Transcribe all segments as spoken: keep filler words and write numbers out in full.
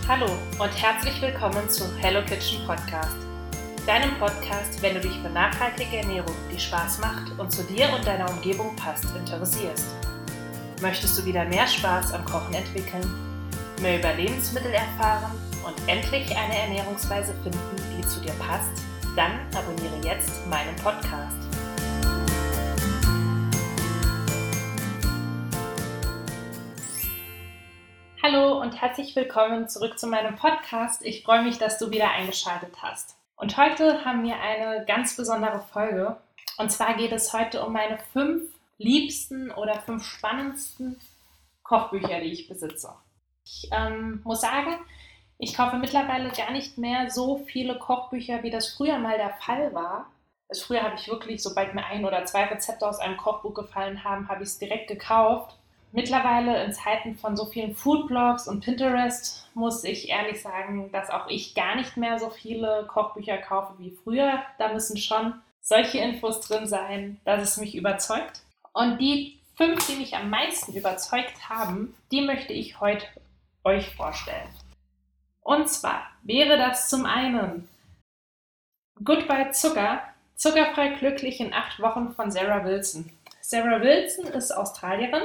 Hallo und herzlich willkommen zu Hello Kitchen Podcast, deinem Podcast, wenn du dich für nachhaltige Ernährung, die Spaß macht und zu dir und deiner Umgebung passt, interessierst. Möchtest du wieder mehr Spaß am Kochen entwickeln, mehr über Lebensmittel erfahren und endlich eine Ernährungsweise finden, die zu dir passt? Dann abonniere jetzt meinen Podcast. Hallo und herzlich willkommen zurück zu meinem Podcast. Ich freue mich, dass du wieder eingeschaltet hast. Und heute haben wir eine ganz besondere Folge. Und zwar geht es heute um meine fünf liebsten oder fünf spannendsten Kochbücher, die ich besitze. Ich ähm, muss sagen, ich kaufe mittlerweile gar nicht mehr so viele Kochbücher, wie das früher mal der Fall war. Also früher habe ich wirklich, sobald mir ein oder zwei Rezepte aus einem Kochbuch gefallen haben, habe ich es direkt gekauft. Mittlerweile in Zeiten von so vielen Foodblogs und Pinterest muss ich ehrlich sagen, dass auch ich gar nicht mehr so viele Kochbücher kaufe wie früher. Da müssen schon solche Infos drin sein, dass es mich überzeugt. Und die fünf, die mich am meisten überzeugt haben, die möchte ich heute euch vorstellen. Und zwar wäre das zum einen Goodbye Zucker, zuckerfrei glücklich in acht Wochen von Sarah Wilson. Sarah Wilson ist Australierin.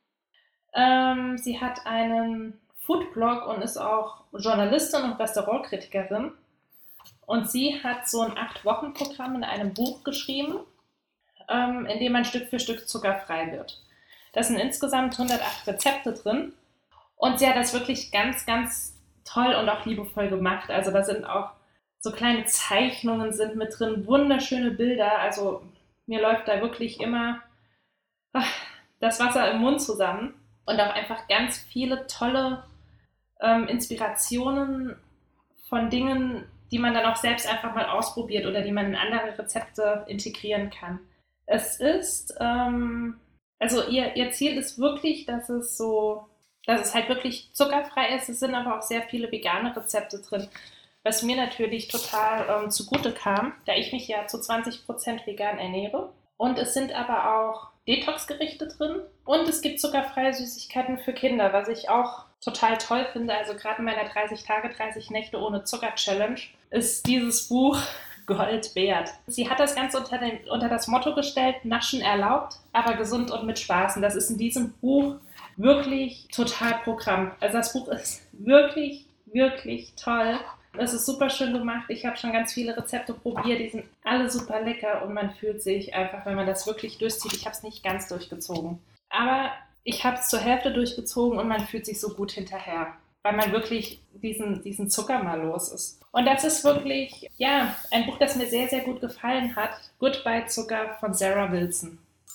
Ähm, sie hat einen Foodblog und ist auch Journalistin und Restaurantkritikerin. Und sie hat so ein acht-Wochen-Programm in einem Buch geschrieben, ähm, in dem man Stück für Stück zuckerfrei wird. Da sind insgesamt hundertacht Rezepte drin. Und sie hat das wirklich ganz, ganz toll und auch liebevoll gemacht. Also da sind auch so kleine Zeichnungen sind mit drin, wunderschöne Bilder. Also mir läuft da wirklich immer ach, das Wasser im Mund zusammen. Und auch einfach ganz viele tolle ähm, Inspirationen von Dingen, die man dann auch selbst einfach mal ausprobiert oder die man in andere Rezepte integrieren kann. Es ist, ähm, also ihr, ihr Ziel ist wirklich, dass es so, dass es halt wirklich zuckerfrei ist. Es sind aber auch sehr viele vegane Rezepte drin, was mir natürlich total ähm, zugute kam, da ich mich ja zu zwanzig Prozent vegan ernähre. Und es sind aber auch Detox-Gerichte drin und es gibt zuckerfreie Süßigkeiten für Kinder, was ich auch total toll finde. Also gerade in meiner dreißig Tage, dreißig Nächte ohne Zucker-Challenge ist dieses Buch Gold wert. Sie hat das Ganze unter, den, unter das Motto gestellt, Naschen erlaubt, aber gesund und mit Spaß. Und das ist in diesem Buch wirklich total Programm. Also das Buch ist wirklich, wirklich toll. Es ist super schön gemacht. Ich habe schon ganz viele Rezepte probiert. Die sind alle super lecker und man fühlt sich einfach, wenn man das wirklich durchzieht. Ich habe es nicht ganz durchgezogen. Aber ich habe es zur Hälfte durchgezogen und man fühlt sich so gut hinterher, weil man wirklich diesen, diesen Zucker mal los ist. Und das ist wirklich, ja, ein Buch, das mir sehr, sehr gut gefallen hat. Goodbye Zucker von Sarah Wilson.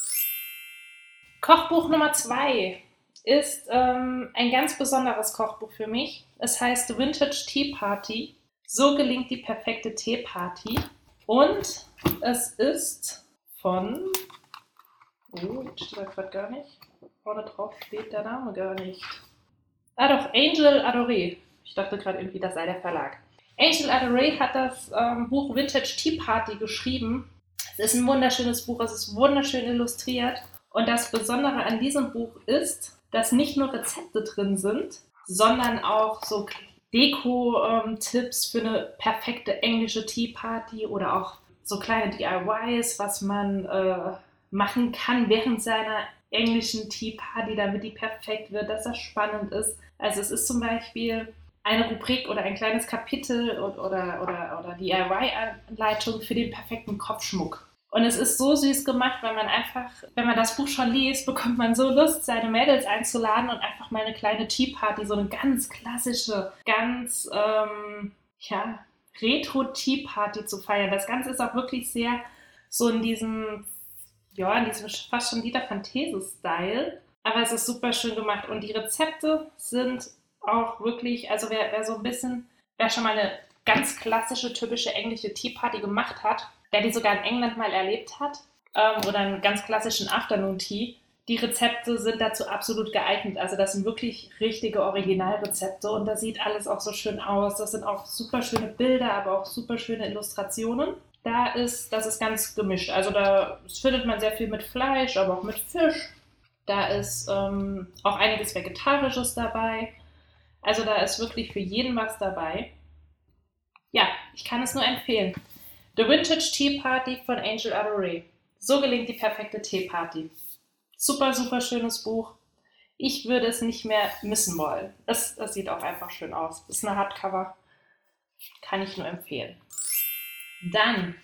Kochbuch Nummer zwei ist ähm, ein ganz besonderes Kochbuch für mich. Es heißt Vintage Tea Party. So gelingt die perfekte Teeparty. Und es ist von, oh, das steht da gerade gar nicht. Vorne drauf steht der Name gar nicht. Ah doch, Angel Adoré. Ich dachte gerade irgendwie, das sei der Verlag. Angel Adoré hat das ähm, Buch Vintage Tea Party geschrieben. Es ist ein wunderschönes Buch, es ist wunderschön illustriert. Und das Besondere an diesem Buch ist, dass nicht nur Rezepte drin sind, sondern auch so Deko-Tipps für eine perfekte englische Tea Party oder auch so kleine D I Ys, was man äh, machen kann während seiner englischen Tea Party, damit die perfekt wird, dass das spannend ist. Also es ist zum Beispiel eine Rubrik oder ein kleines Kapitel oder, oder, oder, oder D I Y-Anleitung für den perfekten Kopfschmuck. Und es ist so süß gemacht, weil man einfach, wenn man das Buch schon liest, bekommt man so Lust, seine Mädels einzuladen und einfach mal eine kleine Tea Party, so eine ganz klassische, ganz, ähm, ja, Retro-Tea Party zu feiern. Das Ganze ist auch wirklich sehr so in diesem, ja, in diesem fast schon Dieter van These-Style. Aber es ist super schön gemacht und die Rezepte sind auch wirklich, also wer, wer so ein bisschen, wer schon mal eine ganz klassische, typische englische Tea Party gemacht hat, der die sogar in England mal erlebt hat, ähm, oder einen ganz klassischen Afternoon Tea. Die Rezepte sind dazu absolut geeignet. Also das sind wirklich richtige Originalrezepte und da sieht alles auch so schön aus. Das sind auch super schöne Bilder, aber auch super schöne Illustrationen. Da ist, das ist ganz gemischt. Also da findet man sehr viel mit Fleisch, aber auch mit Fisch. Da ist ähm, auch einiges Vegetarisches dabei. Also da ist wirklich für jeden was dabei. Ja, ich kann es nur empfehlen. The Vintage Tea Party von Angel Adore. So gelingt die perfekte Teeparty. Super, super schönes Buch. Ich würde es nicht mehr missen wollen. Es, es sieht auch einfach schön aus. Ist eine Hardcover. Kann ich nur empfehlen. Dann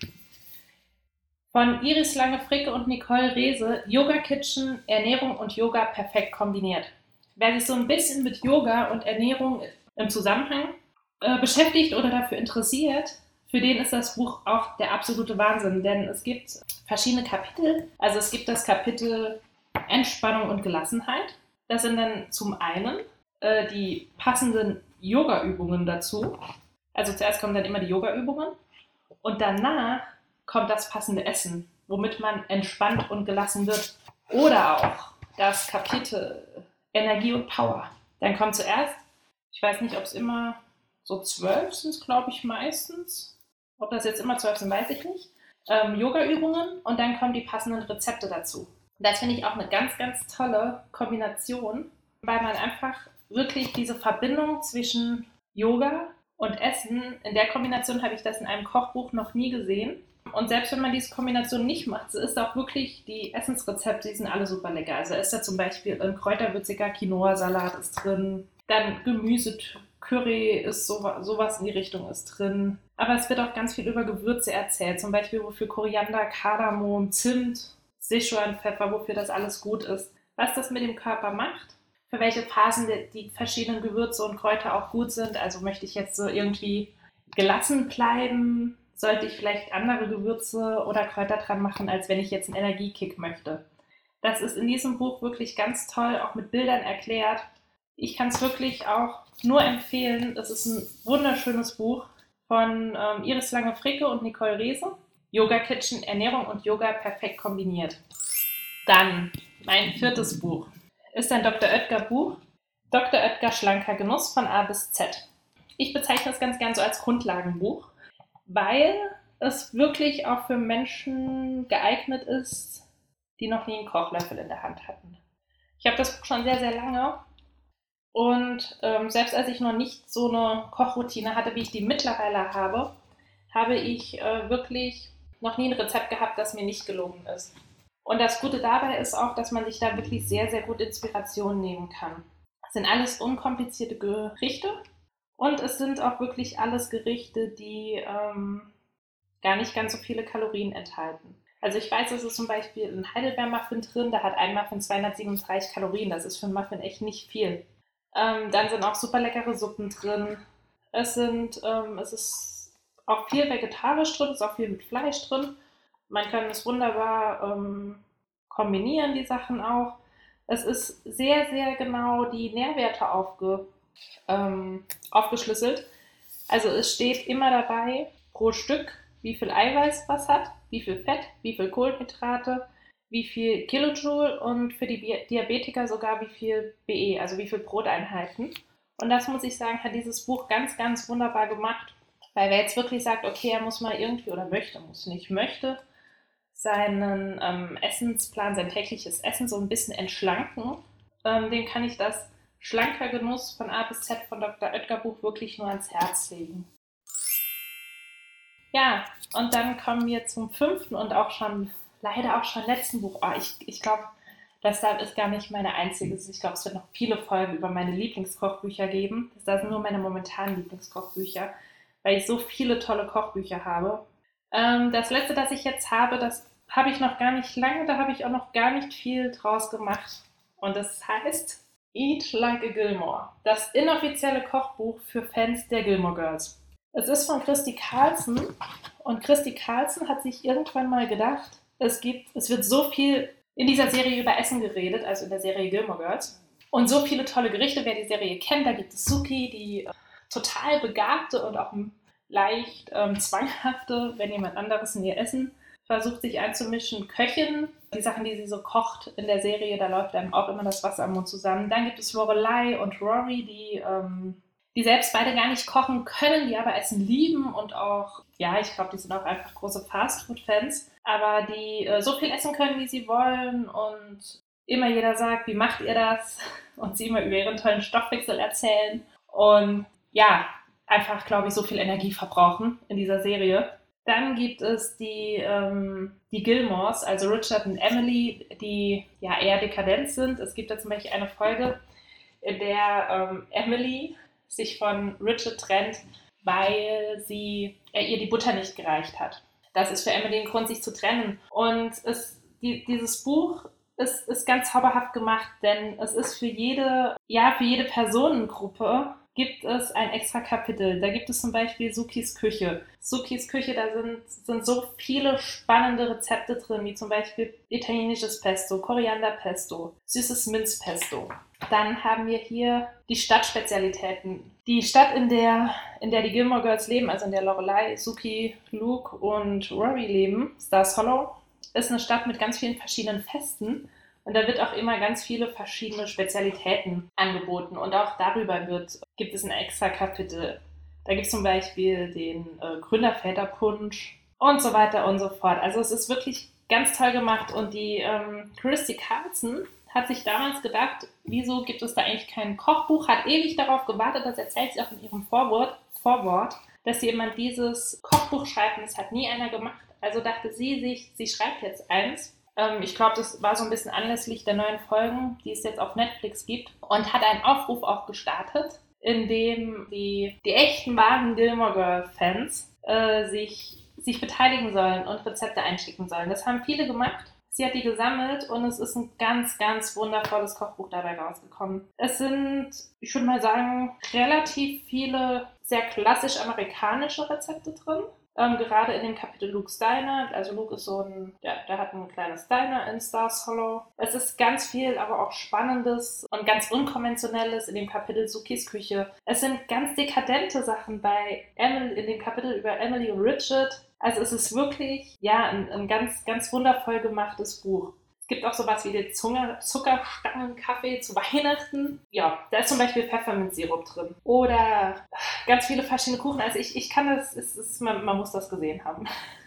von Iris Lange-Fricke und Nicole Rehse, Yoga Kitchen, Ernährung und Yoga perfekt kombiniert. Wer sich so ein bisschen mit Yoga und Ernährung im Zusammenhang äh, beschäftigt oder dafür interessiert, für den ist das Buch auch der absolute Wahnsinn, denn es gibt verschiedene Kapitel. Also es gibt das Kapitel Entspannung und Gelassenheit. Das sind dann zum einen äh, die passenden Yoga-Übungen dazu. Also zuerst kommen dann immer die Yoga-Übungen und danach kommt das passende Essen, womit man entspannt und gelassen wird. Oder auch das Kapitel Energie und Power. Dann kommt zuerst, ich weiß nicht, ob es immer so zwölf sind, glaube ich meistens. Ob das jetzt immer zwölf sind, weiß ich nicht. Ähm, Yoga-Übungen und dann kommen die passenden Rezepte dazu. Das finde ich auch eine ganz, ganz tolle Kombination, weil man einfach wirklich diese Verbindung zwischen Yoga und Essen, in der Kombination habe ich das in einem Kochbuch noch nie gesehen. Und selbst wenn man diese Kombination nicht macht, so ist auch wirklich die Essensrezepte, die sind alle super lecker. Also ist da zum Beispiel ein kräuterwürziger Quinoa-Salat ist drin, dann Gemüse, Curry ist so, sowas in die Richtung ist drin. Aber es wird auch ganz viel über Gewürze erzählt, zum Beispiel wofür Koriander, Kardamom, Zimt, Sichuan-Pfeffer, wofür das alles gut ist. Was das mit dem Körper macht, für welche Phasen die, die verschiedenen Gewürze und Kräuter auch gut sind. Also möchte ich jetzt so irgendwie gelassen bleiben, sollte ich vielleicht andere Gewürze oder Kräuter dran machen, als wenn ich jetzt einen Energiekick möchte. Das ist in diesem Buch wirklich ganz toll, auch mit Bildern erklärt. Ich kann es wirklich auch nur empfehlen. Es ist ein wunderschönes Buch von ähm, Iris Lange-Fricke und Nicole Rehse. Yoga Kitchen, Ernährung und Yoga perfekt kombiniert. Dann mein viertes Buch ist ein Doktor Oetker Buch. Doktor Oetker Schlanker Genuss von A bis Z. Ich bezeichne es ganz gern so als Grundlagenbuch, weil es wirklich auch für Menschen geeignet ist, die noch nie einen Kochlöffel in der Hand hatten. Ich habe das Buch schon sehr, sehr lange und ähm, selbst als ich noch nicht so eine Kochroutine hatte, wie ich die mittlerweile habe, habe ich äh, wirklich noch nie ein Rezept gehabt, das mir nicht gelungen ist. Und das Gute dabei ist auch, dass man sich da wirklich sehr, sehr gut Inspiration nehmen kann. Es sind alles unkomplizierte Gerichte und es sind auch wirklich alles Gerichte, die ähm, gar nicht ganz so viele Kalorien enthalten. Also ich weiß, es ist zum Beispiel ein Heidelbeer-Muffin drin, da hat ein Muffin zweihundertsiebenunddreißig Kalorien, das ist für einen Muffin echt nicht viel. Ähm, dann sind auch super leckere Suppen drin. Es sind, ähm, es ist auch viel vegetarisch drin, es ist auch viel mit Fleisch drin. Man kann es wunderbar ähm, kombinieren, die Sachen auch. Es ist sehr, sehr genau die Nährwerte aufge, ähm, aufgeschlüsselt. Also es steht immer dabei, pro Stück, wie viel Eiweiß was hat, wie viel Fett, wie viel Kohlenhydrate, wie viel Kilojoule und für die Diabetiker sogar wie viel B E, also wie viel Broteinheiten. Und das, muss ich sagen, hat dieses Buch ganz, ganz wunderbar gemacht. Weil wer jetzt wirklich sagt, okay, er muss mal irgendwie, oder möchte, muss nicht, möchte, seinen ähm, Essensplan, sein tägliches Essen so ein bisschen entschlanken, ähm, dem kann ich das Schlanker Genuss von A bis Z von Doktor Oetker Buch wirklich nur ans Herz legen. Ja, und dann kommen wir zum fünften und auch schon, leider auch schon letzten Buch. Oh, ich ich glaube, das ist gar nicht meine einzige. Ich glaube, es wird noch viele Folgen über meine Lieblingskochbücher geben. Das sind nur meine momentanen Lieblingskochbücher, weil ich so viele tolle Kochbücher habe. Ähm, das letzte, das ich jetzt habe, das habe ich noch gar nicht lange, da habe ich auch noch gar nicht viel draus gemacht. Und das heißt Eat Like a Gilmore, das inoffizielle Kochbuch für Fans der Gilmore Girls. Es ist von Christy Carlson und Christy Carlson hat sich irgendwann mal gedacht, es gibt, es wird so viel in dieser Serie über Essen geredet, also in der Serie Gilmore Girls. Und so viele tolle Gerichte, wer die Serie kennt, da gibt es Suki, die äh, total begabte und auch leicht ähm, zwanghafte, wenn jemand anderes in ihr Essen versucht, sich einzumischen, Köchin. Die Sachen, die sie so kocht in der Serie, da läuft einem auch immer das Wasser am Mund zusammen. Dann gibt es Lorelei und Rory, die, ähm, die selbst beide gar nicht kochen können, die aber Essen lieben und auch, ja, ich glaube, die sind auch einfach große Fastfood-Fans, aber die äh, so viel essen können, wie sie wollen und immer jeder sagt, wie macht ihr das? Und sie immer über ihren tollen Stoffwechsel erzählen. und ja, einfach, glaube ich, so viel Energie verbrauchen in dieser Serie. Dann gibt es die, ähm, die Gilmores, also Richard und Emily, die ja eher dekadent sind. Es gibt da zum Beispiel eine Folge, in der ähm, Emily sich von Richard trennt, weil sie, er ihr die Butter nicht gereicht hat. Das ist für Emily ein Grund, sich zu trennen. Und es, die, dieses Buch ist, ist ganz zauberhaft gemacht, denn es ist für jede, ja, für jede Personengruppe gibt es ein extra Kapitel. Da gibt es zum Beispiel Sukis Küche. Sukis Küche, da sind, sind so viele spannende Rezepte drin, wie zum Beispiel italienisches Pesto, Korianderpesto, süßes Minzpesto. Dann haben wir hier die Stadtspezialitäten. Die Stadt, in der, in der die Gilmore Girls leben, also in der Lorelei, Suki, Luke und Rory leben, Stars Hollow, ist eine Stadt mit ganz vielen verschiedenen Festen. Und da wird auch immer ganz viele verschiedene Spezialitäten angeboten. Und auch darüber wird, gibt es ein extra Kapitel. Da gibt es zum Beispiel den äh, Gründerväterpunsch und so weiter und so fort. Also es ist wirklich ganz toll gemacht. Und die ähm, Christy Carlson hat sich damals gedacht, wieso gibt es da eigentlich kein Kochbuch? Hat ewig darauf gewartet, das erzählt sie auch in ihrem Vorwort, Vorwort, dass jemand dieses Kochbuch schreibt. Und das hat nie einer gemacht. Also dachte sie sich, sie schreibt jetzt eins. Ich glaube, das war so ein bisschen anlässlich der neuen Folgen, die es jetzt auf Netflix gibt, und hat einen Aufruf auch gestartet, in dem die, die echten, wahren Gilmore Girls-Fans äh, sich, sich beteiligen sollen und Rezepte einschicken sollen. Das haben viele gemacht. Sie hat die gesammelt und es ist ein ganz, ganz wundervolles Kochbuch dabei rausgekommen. Es sind, ich würde mal sagen, relativ viele sehr klassisch amerikanische Rezepte drin. Ähm, gerade in dem Kapitel Luke's Diner, also Luke ist so ein, ja, der hat ein kleines Diner in Stars Hollow. Es ist ganz viel, aber auch Spannendes und ganz Unkonventionelles in dem Kapitel Sukis Küche. Es sind ganz dekadente Sachen bei Emily, in dem Kapitel über Emily und Richard. Also es ist wirklich, ja, ein, ein ganz, ganz wundervoll gemachtes Buch. Es gibt auch sowas wie den Zuckerstangenkaffee zu Weihnachten. Ja, da ist zum Beispiel Pfefferminzsirup drin. Oder ganz viele verschiedene Kuchen. Also ich, ich kann das, es ist, man, man muss das gesehen haben.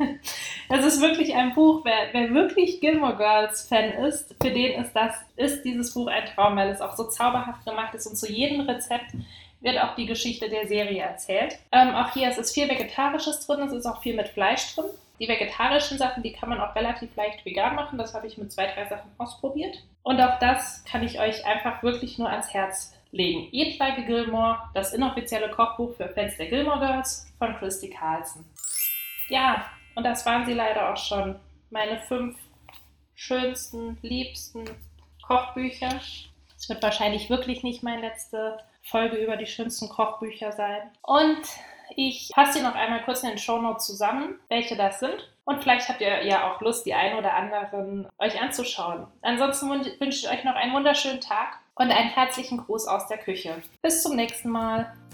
Es ist wirklich ein Buch, wer, wer wirklich Gilmore Girls Fan ist, für den ist das, ist dieses Buch ein Traum, weil es auch so zauberhaft gemacht ist und zu jedem Rezept wird auch die Geschichte der Serie erzählt. Ähm, auch hier ist es viel Vegetarisches drin, es ist auch viel mit Fleisch drin. Die vegetarischen Sachen, die kann man auch relativ leicht vegan machen. Das habe ich mit zwei, drei Sachen ausprobiert. Und auch das kann ich euch einfach wirklich nur ans Herz legen. Etwaige Gilmore, das inoffizielle Kochbuch für Fans der Gilmore Girls von Christy Carlson. Ja, und das waren sie leider auch schon. Meine fünf schönsten, liebsten Kochbücher. Es wird wahrscheinlich wirklich nicht meine letzte Folge über die schönsten Kochbücher sein. Und ich fasse sie noch einmal kurz in den Shownotes zusammen, welche das sind. Und vielleicht habt ihr ja auch Lust, die ein oder anderen euch anzuschauen. Ansonsten wünsche ich euch noch einen wunderschönen Tag und einen herzlichen Gruß aus der Küche. Bis zum nächsten Mal.